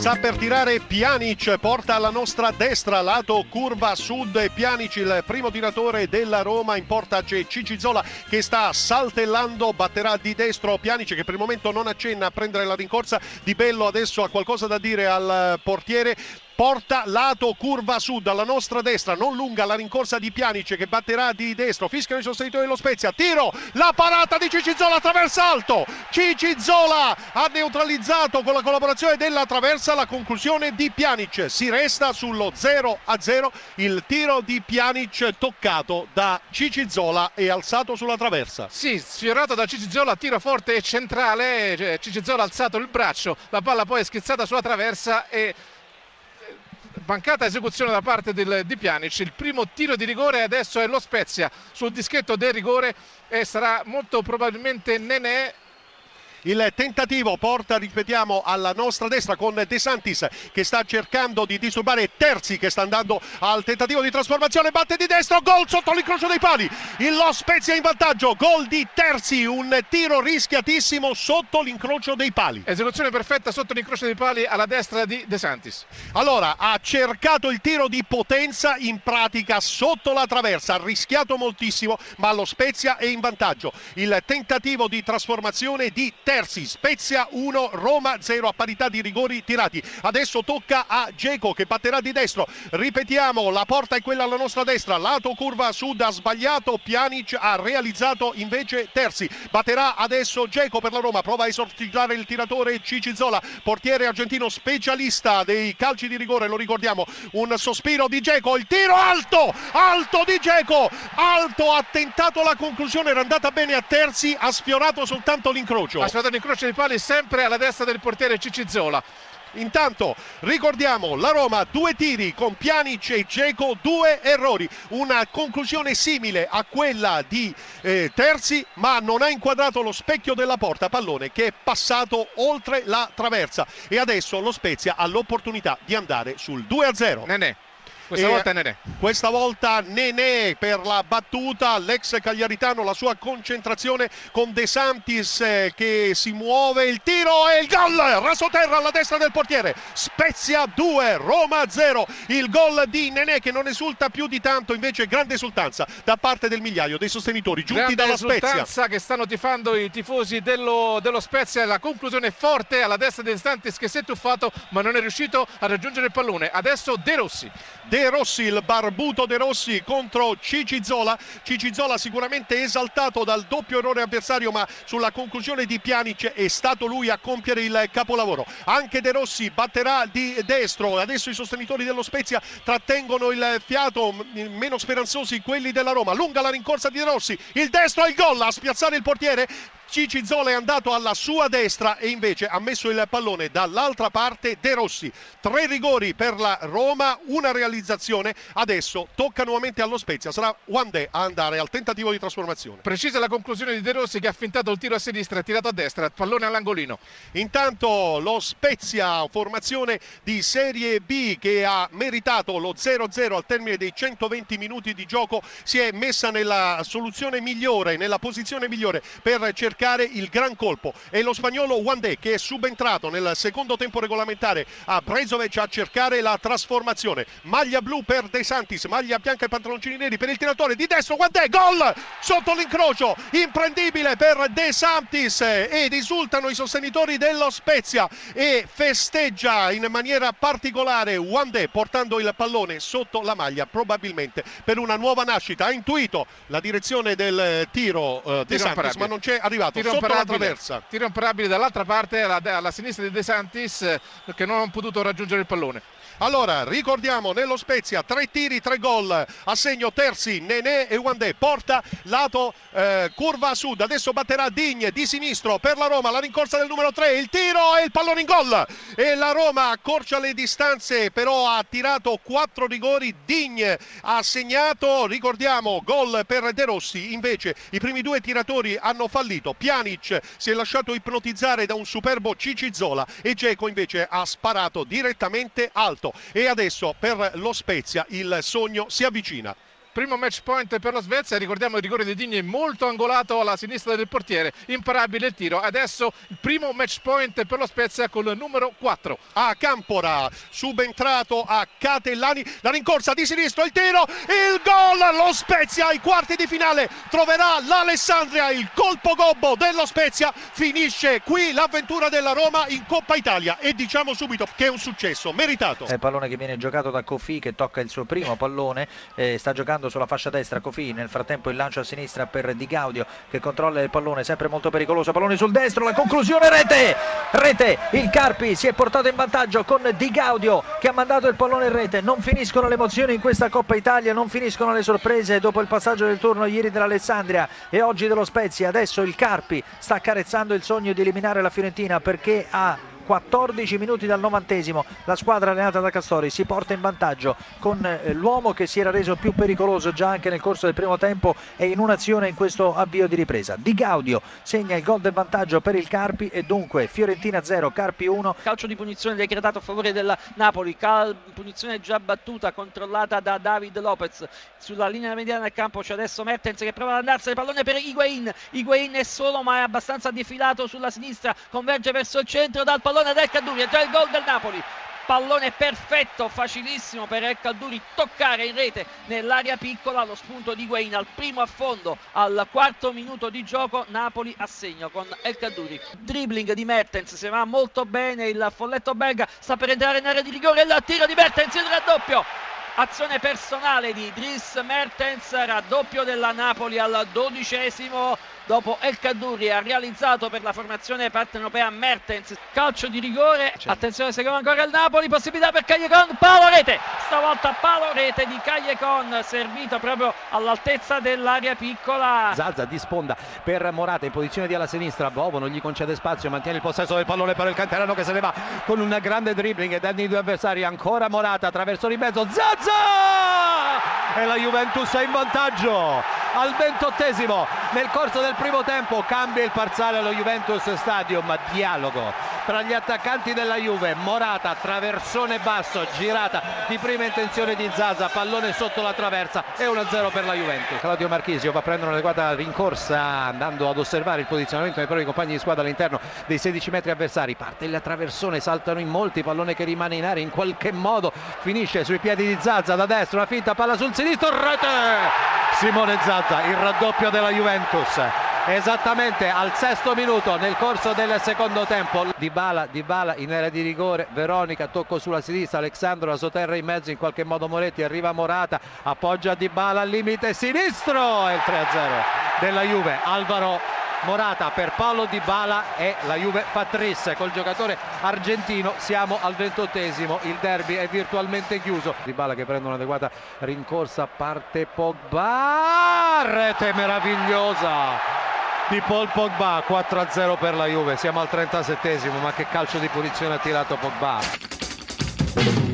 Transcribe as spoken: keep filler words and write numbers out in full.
Sta per tirare Pjanic, porta alla nostra destra, lato curva sud. Pjanic, il primo tiratore della Roma, in porta c'è Cicizola che sta saltellando, batterà di destro Pjanic che per il momento non accenna a prendere la rincorsa. Di Bello adesso ha qualcosa da dire al portiere. Porta lato curva sud alla nostra destra, non lunga la rincorsa di Pjanic che batterà di destro, fischiano i sostenitori dello Spezia, tiro, la parata di Cicizola, traversa alto, Cicizola ha neutralizzato con la collaborazione della traversa la conclusione di Pjanic, si resta sullo zero a zero, il tiro di Pjanic toccato da Cicizola e alzato sulla traversa. Sì, sfiorato da Cicizola, tiro forte e centrale, Cicizola ha alzato il braccio, la palla poi è schizzata sulla traversa e mancata esecuzione da parte del, di Pjanic. Il primo tiro di rigore adesso è lo Spezia sul dischetto del rigore e sarà molto probabilmente Nenè. Il tentativo porta, ripetiamo, alla nostra destra con De Santis che sta cercando di disturbare Terzi che sta andando al tentativo di trasformazione, batte di destro, gol sotto l'incrocio dei pali, il Lo Spezia in vantaggio, gol di Terzi, un tiro rischiatissimo sotto l'incrocio dei pali. Esecuzione perfetta sotto l'incrocio dei pali alla destra di De Santis. Allora, ha cercato il tiro di potenza, in pratica sotto la traversa, ha rischiato moltissimo, ma lo Spezia è in vantaggio. Il tentativo di trasformazione di Terzi. Terzi, Spezia uno, Roma zero a parità di rigori tirati. Adesso tocca a Dzeko che batterà di destro. Ripetiamo, la porta è quella alla nostra destra, lato curva sud ha sbagliato Pjanic, ha realizzato invece Terzi. Batterà adesso Dzeko per la Roma, prova a esorcizzare il tiratore Cicizola, portiere argentino specialista dei calci di rigore, lo ricordiamo. Un sospiro di Dzeko, il tiro alto, alto di Dzeko, alto, ha tentato la conclusione, era andata bene a Terzi, ha sfiorato soltanto l'incrocio. L'incrocio dei pali sempre alla destra del portiere Cicizola. Intanto ricordiamo la Roma, due tiri con Pjanic e Dzeko, due errori, una conclusione simile a quella di eh, Terzi, ma non ha inquadrato lo specchio della porta, pallone che è passato oltre la traversa e adesso lo Spezia ha l'opportunità di andare sul due a zero. Nenè. Questa e volta Nenè. Questa volta Nenè per la battuta, l'ex cagliaritano, la sua concentrazione con De Santis eh, che si muove, il tiro e il gol, rasoterra alla destra del portiere, Spezia due, Roma zero, il gol di Nenè che non esulta più di tanto, invece grande esultanza da parte del migliaio dei sostenitori giunti grande dalla Spezia. esultanza che stanno tifando i tifosi dello, dello Spezia, la conclusione forte alla destra di De Santis che si è tuffato ma non è riuscito a raggiungere il pallone. Adesso De Rossi. De Rossi, il barbuto De Rossi contro Cicizola. Cicizola sicuramente esaltato dal doppio errore avversario, ma sulla conclusione di Pjanic è stato lui a compiere il capolavoro. Anche De Rossi batterà di destro. Adesso i sostenitori dello Spezia trattengono il fiato, meno speranzosi quelli della Roma. Lunga la rincorsa di De Rossi, il destro e il gol a spiazzare il portiere. Cicizola è andato alla sua destra e invece ha messo il pallone dall'altra parte De Rossi. Tre rigori per la Roma, una realizzazione. Adesso tocca nuovamente allo Spezia, sarà Wandé a andare al tentativo di trasformazione. Precisa la conclusione di De Rossi che ha fintato il tiro a sinistra e tirato a destra, pallone all'angolino. Intanto lo Spezia, formazione di Serie B che ha meritato lo zero a zero al termine dei centoventi minuti di gioco, si è messa nella soluzione migliore, nella posizione migliore per cercare il gran colpo. È lo spagnolo Wandé che è subentrato nel secondo tempo regolamentare a Brezovic a cercare la trasformazione. Maglia blu per De Santis, maglia bianca e pantaloncini neri per il tiratore di destro. Wandé, gol sotto l'incrocio, imprendibile per De Santis ed esultano i sostenitori dello Spezia e festeggia in maniera particolare Wandé portando il pallone sotto la maglia, probabilmente per una nuova nascita. Ha intuito la direzione del tiro uh, De Santis, ma non c'è arrivato. Tiro sotto la traversa. Tiro imparabile dall'altra parte, alla, alla sinistra di De Santis, che non ha potuto raggiungere il pallone. Allora, ricordiamo, nello Spezia tre tiri, tre gol, a segno Terzi, Nenè e Wandé. Porta lato eh, curva a sud, adesso batterà Digne di sinistro per la Roma, la rincorsa del numero tre, il tiro e il pallone in gol. E la Roma accorcia le distanze, però ha tirato quattro rigori, Digne ha segnato, ricordiamo, gol per De Rossi. Invece i primi due tiratori hanno fallito, Pjanic si è lasciato ipnotizzare da un superbo Cicizola e Dzeko invece ha sparato direttamente alto. E adesso per lo Spezia il sogno si avvicina. primo match point per la Svezia. Ricordiamo il rigore di Digne molto angolato alla sinistra del portiere, imparabile il tiro. Adesso il primo match point per lo Spezia con il numero quattro. A Campora, subentrato a Catellani, la rincorsa di sinistro, il tiro, il gol. Lo Spezia ai quarti di finale troverà l'Alessandria, il colpo gobbo dello Spezia. Finisce qui l'avventura della Roma in Coppa Italia e diciamo subito che è un successo meritato. È il pallone che viene giocato da Kofi, che tocca il suo primo pallone, eh, sta giocando sulla fascia destra Kofi, nel frattempo il lancio a sinistra per Di Gaudio che controlla il pallone, sempre molto pericoloso, pallone sul destro, la conclusione, rete, rete, il Carpi si è portato in vantaggio con Di Gaudio che ha mandato il pallone in rete. Non finiscono le emozioni in questa Coppa Italia, non finiscono le sorprese dopo il passaggio del turno ieri dell'Alessandria e oggi dello Spezia. Adesso il Carpi sta accarezzando il sogno di eliminare la Fiorentina, perché ha quattordici minuti dal novantesimo la squadra allenata da Castori si porta in vantaggio con eh, l'uomo che si era reso più pericoloso già anche nel corso del primo tempo e in un'azione in questo avvio di ripresa. Di Gaudio segna il gol del vantaggio per il Carpi e dunque Fiorentina zero, Carpi uno. Calcio di punizione decretato a favore del Napoli, Cal- punizione già battuta, controllata da David Lopez. Sulla linea mediana del campo c'è adesso Mertens che prova ad andarsene, pallone per Higuain. Higuain è solo ma è abbastanza defilato sulla sinistra, converge verso il centro dal pallone del El Kaddouri, è già il gol del Napoli. Pallone perfetto, facilissimo per El Kaddouri toccare in rete nell'area piccola. Lo spunto di Higuain al primo affondo al quarto minuto di gioco. Napoli a segno con El Kaddouri. Dribbling di Mertens, si va molto bene il folletto belga, sta per entrare in area di rigore, il tiro di Mertens, il raddoppio. Azione personale di Dries Mertens, raddoppio della Napoli al dodicesimo. Dopo El Kaddouri ha realizzato per la formazione partenopea Mertens, calcio di rigore. C'è. Attenzione, secondo ancora il Napoli, possibilità per Callecon, palo rete, stavolta palo rete di Callecon, servito proprio all'altezza dell'area piccola. Zaza di sponda per Morata in posizione di ala sinistra, Bovo non gli concede spazio, mantiene il possesso del pallone per il canterano che se ne va con un grande dribbling e danni i due avversari. Ancora Morata attraverso di mezzo, Zaza e la Juventus è in vantaggio al ventottesimo. Nel corso del primo tempo cambia il parziale allo Juventus Stadium, dialogo tra gli attaccanti della Juve. Morata, traversone basso, girata di prima intenzione di Zaza, pallone sotto la traversa e uno a zero per la Juventus. Claudio Marchisio va a prendere un'adeguata rincorsa andando ad osservare il posizionamento dei propri compagni di squadra all'interno dei sedici metri avversari. Parte il traversone, saltano in molti, pallone che rimane in aria, in qualche modo finisce sui piedi di Zaza da destra, una finta, palla sul sinistro, rete! Simone Zaza, il raddoppio della Juventus. Esattamente al sesto minuto nel corso del secondo tempo. Dybala, Dybala in area di rigore, Veronica, tocco sulla sinistra, Alexandro la sotterra in mezzo, in qualche modo Moretti, arriva Morata, appoggia Dybala al limite sinistro e il tre a zero della Juve. Alvaro Morata per Paulo Dybala e la Juve fa tris col giocatore argentino. Siamo al ventottesimo, il derby è virtualmente chiuso. Dybala che prende un'adeguata rincorsa, parte Pogba, rete meravigliosa di Paul Pogba, quattro a zero per la Juve. Siamo al trentasettesimo, ma che calcio di punizione ha tirato Pogba.